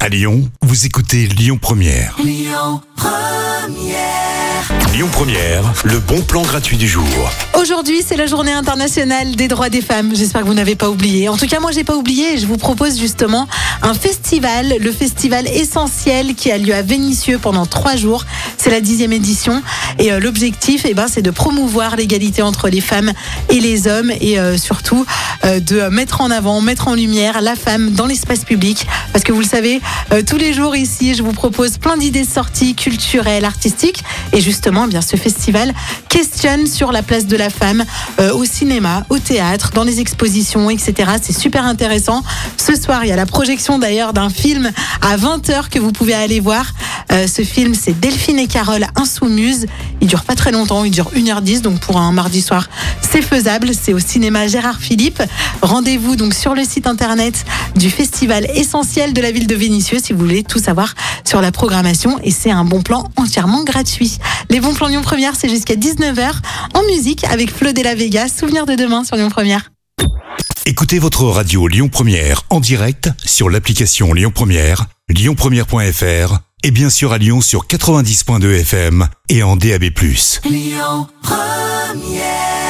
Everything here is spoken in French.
À Lyon, vous écoutez Lyon Première. Lyon Première. Lyon Première, le bon plan gratuit du jour. Aujourd'hui, c'est la journée internationale des droits des femmes. J'espère que vous n'avez pas oublié. En tout cas, moi, j'ai pas oublié et je vous propose justement un festival, le festival Essentiel qui a lieu à Vénissieux pendant 3 jours. C'est la 10e édition et l'objectif, c'est de promouvoir l'égalité entre les femmes et les hommes et surtout de mettre en avant, mettre en lumière la femme dans l'espace public. Parce que vous le savez, tous les jours ici, je vous propose plein d'idées de sorties culturelles, artistiques et justement, ce festival questionne sur la place de la femme au cinéma, au théâtre, dans les expositions, etc. C'est super intéressant. Ce soir, il y a la projection d'ailleurs d'un film à 20h que vous pouvez aller voir. Ce film, c'est Delphine et Carole Insoumises. Il dure pas très longtemps, il dure 1h10, donc pour un mardi soir, c'est faisable. C'est au cinéma Gérard Philippe. Rendez-vous donc sur le site internet du festival Essentiel de la ville de Vénissieux si vous voulez tout savoir sur la programmation et c'est un bon plan entièrement gratuit. Les bons plans Lyon Première, c'est jusqu'à 19h en musique avec Flo de la Vega. Souvenir de demain sur Lyon Première. Écoutez votre radio Lyon Première en direct sur l'application Lyon Première, lyonpremière.fr et bien sûr à Lyon sur 90.2 FM et en DAB+. Lyon Première.